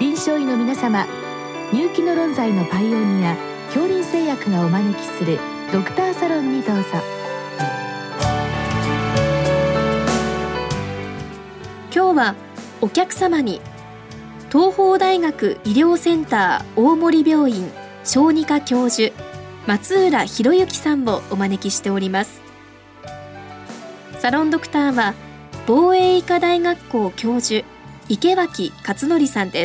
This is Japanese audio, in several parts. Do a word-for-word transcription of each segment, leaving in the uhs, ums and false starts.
臨床医の皆様、入気の論剤のパイオニア恐林製薬がお招きするドクターサロンにどうぞ。 今日はお客様に東邦大学医療センター大森病院小児科教授松浦博之さんをお招きしております。サロンドクターは防衛医科大学校教授池脇勝則さんです。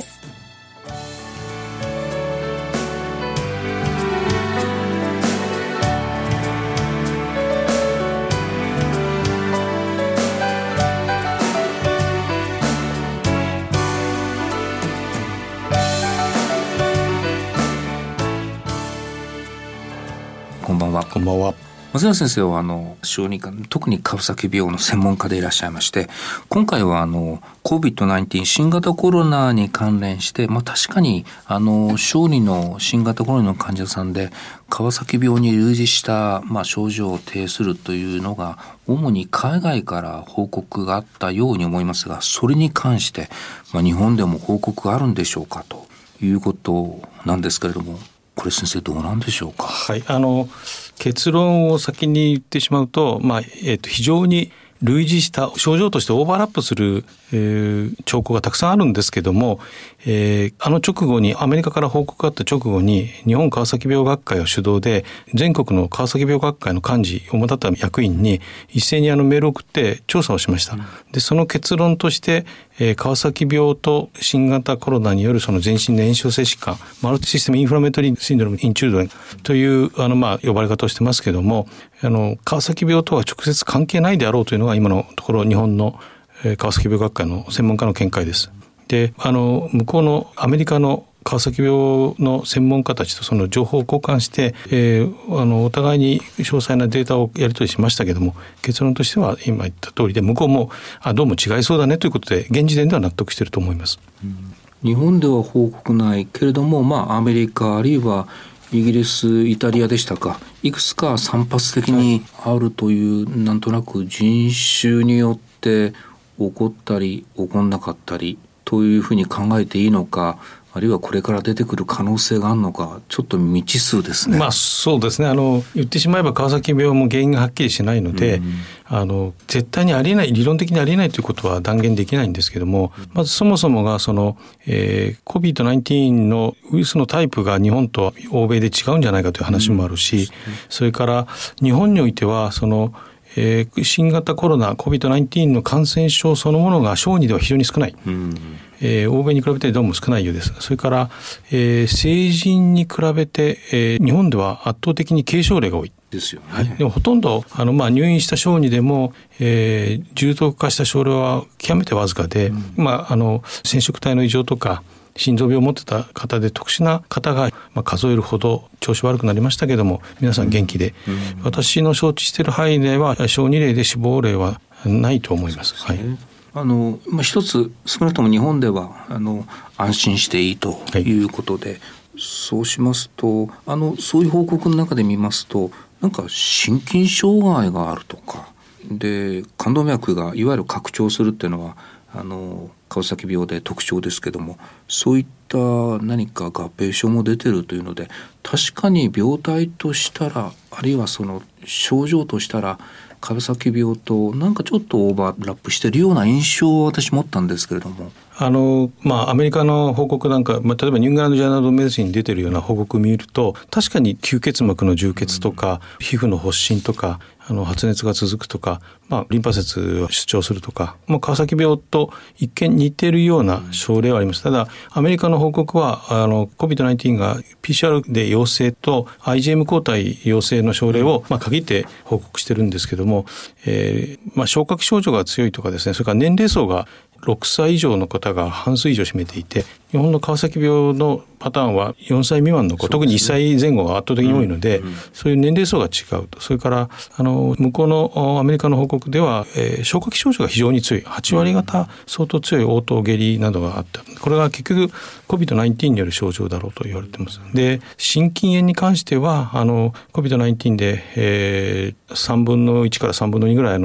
こんばんは。 こんばんは。 松浦先生はあの小児科、特に川崎病の専門家でいらっしゃいまして、今回はあの コービッドナインティーン 新型コロナに関連して、まあ、確かにあの小児の新型コロナの患者さんで川崎病に類似した、まあ、症状を呈するというのが主に海外から報告があったように思いますが、それに関して、まあ、日本でも報告があるんでしょうかということなんですけれども、これ先生どうなんでしょうか。 はい、あの結論を先に言ってしまうと、まあえー、と非常に類似した症状としてオーバーラップする、えー、兆候がたくさんあるんですけども、えー、あの直後にアメリカから報告があった直後に日本川崎病学会を主導で全国の川崎病学会の幹事主だった役員に一斉にあのメールを送って調査をしました。うん、でその結論として、えー、川崎病と新型コロナによるその全身の炎症性疾患マルチシステムインフラメトリーシンドロームインチュードレンというあのまあ呼ばれ方をしてますけども、あの川崎病とは直接関係ないであろうというのが今のところ日本の川崎病学会の専門家の見解です。で、あの向こうのアメリカの川崎病の専門家たちとその情報を交換して、えー、あのお互いに詳細なデータをやり取りしましたけども、結論としては今言った通りで、向こうもあどうも違いそうだねということで現時点では納得していると思います。 うん、日本では報告ないけれども、まあ、アメリカあるいはイギリスイタリアでしたか、いくつか散発的にあるという、はい、なんとなく人種によって起こったり起こんなかったりというふうに考えていいのか、あるいはこれから出てくる可能性があるのか、ちょっと未知数ですね。 まあそうですね。あの言ってしまえば川崎病も原因がはっきりしないので、うん、あの絶対にありえない、理論的にありえないということは断言できないんですけども、まずそもそもがその、えー、コービッドナインティーン のウイルスのタイプが日本と欧米で違うんじゃないかという話もあるし、うん、それから日本においてはそのえー、新型コロナ コービッドナインティーン の感染症そのものが小児では非常に少ない、うんえー、欧米に比べてどうも少ないようです。それから、えー、成人に比べて、えー、日本では圧倒的に軽症例が多いですよね。 はい、でもほとんどあの、まあ、入院した小児でも、えー、重篤化した症例は極めてわずかで、うんまあ、あの染色体の異常とか心臓病を持ってた方で特殊な方が、まあ、数えるほど調子悪くなりましたけども皆さん元気で、うんうん、私の承知している範囲では小児例で死亡例はないと思います。はい、 あのまあ、一つ少なくとも日本ではあの安心していいということで、はい、そうしますとあのそういう報告の中で見ますとなんか心筋障害があるとかで冠動脈がいわゆる拡張するっていうのはあの川崎病で特徴ですけども、そういった何か合併症も出てるというので、確かに病態としたらあるいはその症状としたら川崎病となんかちょっとオーバーラップしているような印象を私持ったんですけれども、 あの、まあ、アメリカの報告なんか、まあ、例えばニューイングランドジャーナル・オブ・メディシンに出てるような報告を見ると確かに吸血膜の充血とか、うん、皮膚の発疹とかあの発熱が続くとか、まあ、リンパ節を主張するとか、まあ、川崎病と一見似ているような症例はあります。ただアメリカの報告はあの コービッドナインティーン が ピーシーアール で陽性と アイジーエム 抗体陽性の症例を、まあ、限って報告してるんですけども、えーまあ、消化器症状が強いとかですね、それから年齢層がろくさい以上の方が半数以上占めていて、日本の川崎病のパターンはよんさい未満の子、ね、特にいっさいぜん後が圧倒的に多いので、うんうん、そういう年齢層が違うと。それからあの向こうのアメリカの報告では、えー、消化器症状が非常に強いはち割方相当強い嘔吐下痢などがあった。これが結局 コービッドナインティーン による症状だろうと言われています。で心筋炎に関してはあの コービッドナインティーン で、えー、さんぶんのいちからさんぶんのにぐらいの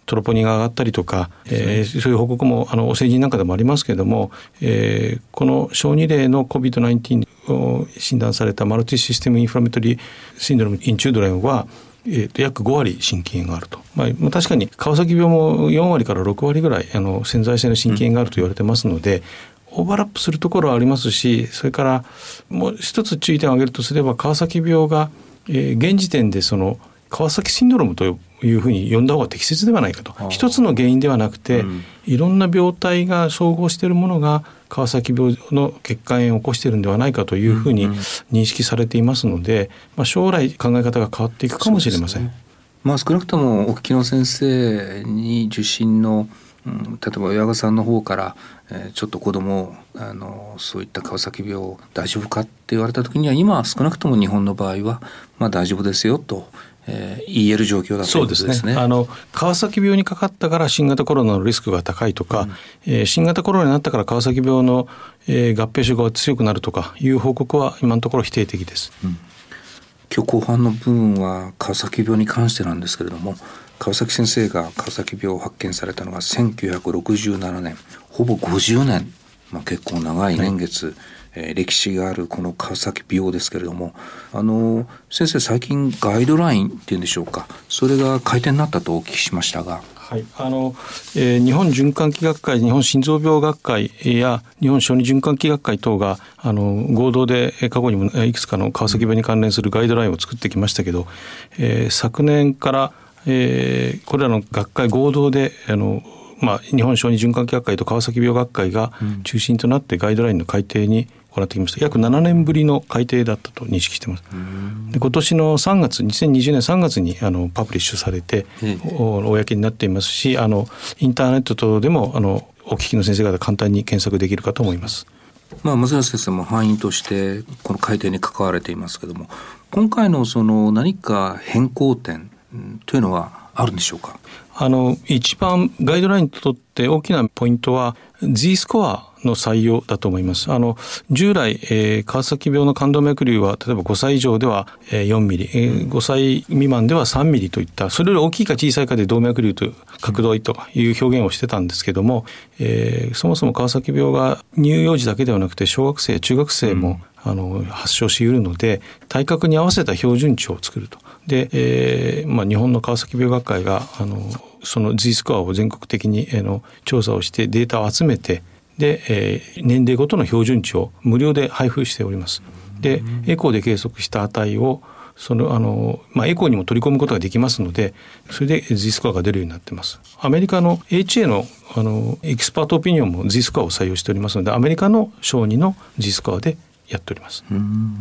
トロポニンが上がったりとか、えー、そういう報告もあの成人なんかでもありますけれども、えー、この小児例の コビッドナインティーン を診断されたマルチシステムインフラメトリーシンドロームインチュードレンは、えー、と約ご割心筋炎があると、まあ、確かに川崎病もよん割からろく割ぐらいあの潜在性の心筋炎があると言われてますので、うん、オーバーラップするところはありますし、それからもう一つ注意点を挙げるとすれば、川崎病が、えー、現時点でその川崎シンドロームというふうに呼んだ方が適切ではないかと。一つの原因ではなくて、うん、いろんな病態が総合しているものが川崎病の血管炎を起こしているんではないかというふうに認識されていますので、まあ、将来考え方が変わっていくかもしれません。 まあ、少なくともお聞きの先生に受診の、うん、例えば親御さんの方から、えー、ちょっと子供あのそういった川崎病大丈夫かって言われた時には、今は少なくとも日本の場合は、まあ、大丈夫ですよと、えー、言える状況だということですね。 そうですね。あの川崎病にかかったから新型コロナのリスクが高いとか、うんえー、新型コロナになったから川崎病の、えー、合併症が強くなるとかいう報告は今のところ否定的です。うん、 今日後半の部分は川崎病に関してなんですけれども、川崎先生が川崎病を発見されたのがせんきゅうひゃくろくじゅうななねん、ほぼごじゅうねん、まあ、結構長い年月、はいえー、歴史があるこの川崎病ですけれども、あの先生最近ガイドラインっていうんでしょうか、それが改定になったとお聞きしましたが。 はい、あの、えー、日本循環器学会、日本心臓病学会や日本小児循環器学会等があの合同で過去にもいくつかの川崎病に関連するガイドラインを作ってきましたけど、えー、昨年から、えー、これらの学会合同であのまあ、日本小児循環器学会と川崎病学会が中心となってガイドラインの改定に行ってきました。約ななねんぶりの改定だったと認識しています。で今年のさんがつにせんにじゅうねんさんがつにあのパブリッシュされて、公になっていますし、あのインターネット等でもあのお聞きの先生方簡単に検索できるかと思います。 まあ、松原先生も班員としてこの改定に関われていますけれども、今回のその何か変更点というのはあるんでしょうか。 あの一番ガイドラインにとって大きなポイントは Z スコアの採用だと思います。あの従来、えー、川崎病の冠動脈瘤は例えばごさい以上ではよんミリ、えー、ごさい未満ではさんミリといった、それより大きいか小さいかで動脈瘤と角度という表現をしてたんですけども、えー、そもそも川崎病が乳幼児だけではなくて小学生中学生も、うん、あの発症し得るので、体格に合わせた標準値を作ると。で、えーまあ、日本の川崎病学会があのその Z スコアを全国的にあの調査をしてデータを集めて、で、えー、年齢ごとの標準値を無料で配布しております。で、エコーで計測した値をそのあの、まあ、エコーにも取り込むことができますので、それで Z スコアが出るようになっています。アメリカの エイチエー の, あのエキスパートオピニオンも Z スコアを採用しておりますので、アメリカの小児の Z スコアでやっております。 うん、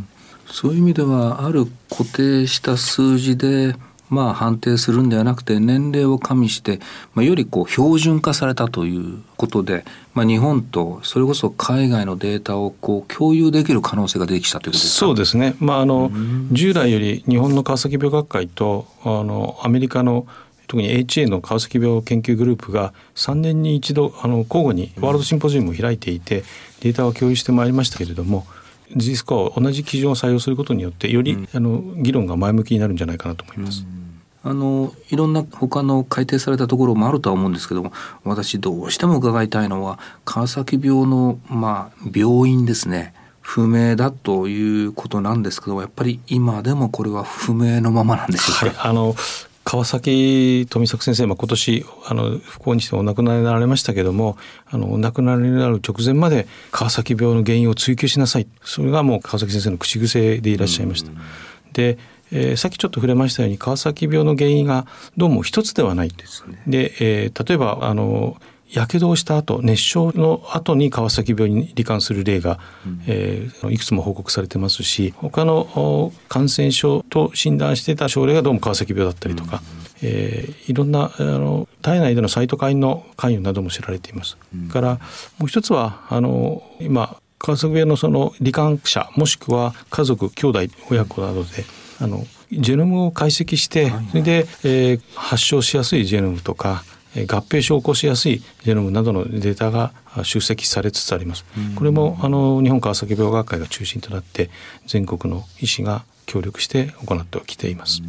そういう意味ではある固定した数字でまあ判定するんではなくて、年齢を加味して、まあ、よりこう標準化されたということで、まあ、日本とそれこそ海外のデータをこう共有できる可能性が出てきたということですか。 そうですね、まあ、あの従来より日本の川崎病学会とあのアメリカの特に エイチエー の川崎病研究グループがさんねんに一度あの交互にワールドシンポジウムを開いていて、データを共有してまいりましたけれども、Z スコアを同じ基準を採用することによってより、うん、あの議論が前向きになるんじゃないかなと思います。 うんあのいろんな他の改定されたところもあるとは思うんですけども、私どうしても伺いたいのは川崎病の、まあ、病院ですね、不明だということなんですけど、やっぱり今でもこれは不明のままなんでしょうか。 はい、あの川崎富作先生、まあ、今年あの不幸にしてお亡くなりになられましたけども、あのお亡くなりになる直前まで川崎病の原因を追求しなさい、それがもう川崎先生の口癖でいらっしゃいました。でえー、さっきちょっと触れましたように川崎病の原因がどうも一つではないですね。で、えー、例えばあのやけどをした後、熱傷の後に川崎病に罹患する例が、うんえー、いくつも報告されてますし、他の感染症と診断していた症例がどうも川崎病だったりとか、うんえー、いろんなあの体内でのサイトカインの関与なども知られています。うん、からもう一つはあの今川崎病のその罹患者もしくは家族兄弟親子などであのジェノムを解析して、それで、えー、発症しやすいジェノムとか合併症を起こしやすいジェノムなどのデータが集積されつつあります。これもあの日本川崎病学会が中心となって全国の医師が協力して行ってきています。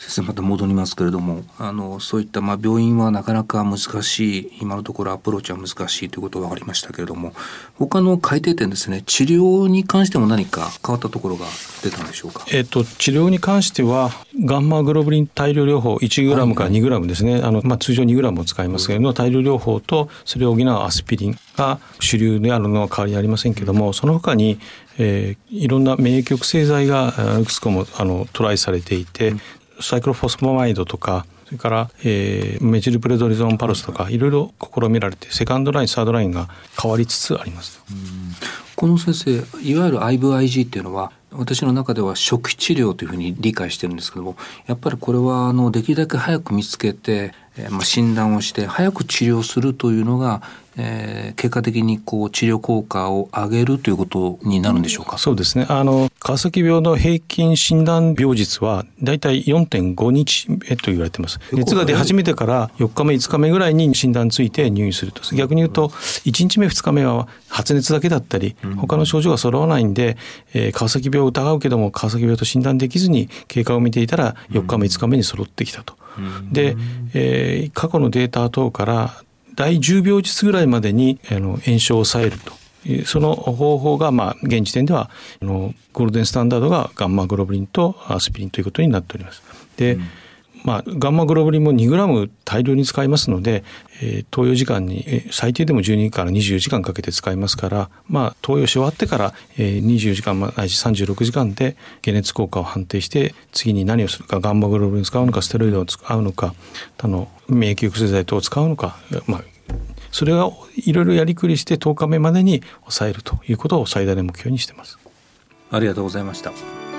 先生また戻りますけれども、あのそういったまあ病院はなかなか難しい、今のところアプローチは難しいということが分かりましたけれども、他の改定点ですね、治療に関しても何か変わったところが出たんでしょうか。 えっと、治療に関してはガンマグロブリン大量療法 いちグラム から にグラム ですね、はい、あのまあ、通常 にグラム を使いますけれども、大量療法とそれを補うアスピリンが主流であるのは変わりありませんけれども、その他に、えー、いろんな免疫抑制剤がいくつかもあのトライされていて、うん、サイクロフォスファマイドとか、それから、えー、メチルプレドリゾンパルスとかいろいろ試みられて、セカンドラインサードラインが変わりつつあります。 うん、この先生、いわゆる アイブイアイジー っていうのは私の中では初期治療というふうに理解してるんですけども、やっぱりこれはあのできるだけ早く見つけて、えーまあ、診断をして早く治療するというのが、えー、結果的にこう治療効果を上げるということになるんでしょうか。 そうですね、あの川崎病の平均診断病実はだいたい よんてんごにちめと言われています。熱が出始めてからよっかめいつかめぐらいに診断ついて入院すると。逆に言うといちにちめふつかめは発熱だけだったり他の症状が揃わないんで、えー、川崎病を疑うけども川崎病と診断できずに経過を見ていたらよっかめいつかめに揃ってきたと。で、えー、過去のデータ等からだいじゅうびょうじつぐらいまでにあの炎症を抑えるというその方法が、まあ、現時点ではあのゴールデンスタンダードがガンマグロブリンとアスピリンということになっております。で、うんまあ、ガンマグロブリンも にグラム 大量に使いますので、えー、投与時間に、えー、最低でもじゅうにからにじゅうよじかんかけて使いますから、まあ、投与し終わってから、えー、にじゅうよじかんないしさんじゅうろくじかんで解熱効果を判定して次に何をするか、ガンマグロブリンを使うのかステロイドを使うのか、あの免疫抑制剤等を使うのか、まあ、それがいろいろやりくりしてとおかめまでに抑えるということを最大の目標にしています。 ありがとうございました。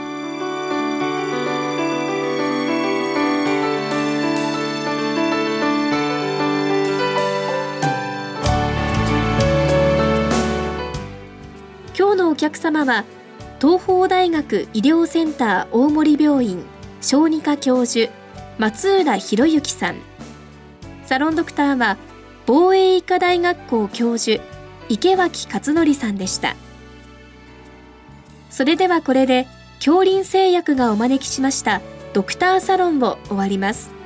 今日のお客様は東邦大学医療センター大森病院小児科教授松浦博之さん、サロンドクターは防衛医科大学校教授池脇勝則さんでした。それではこれで京林製薬がお招きしましたドクターサロンを終わります。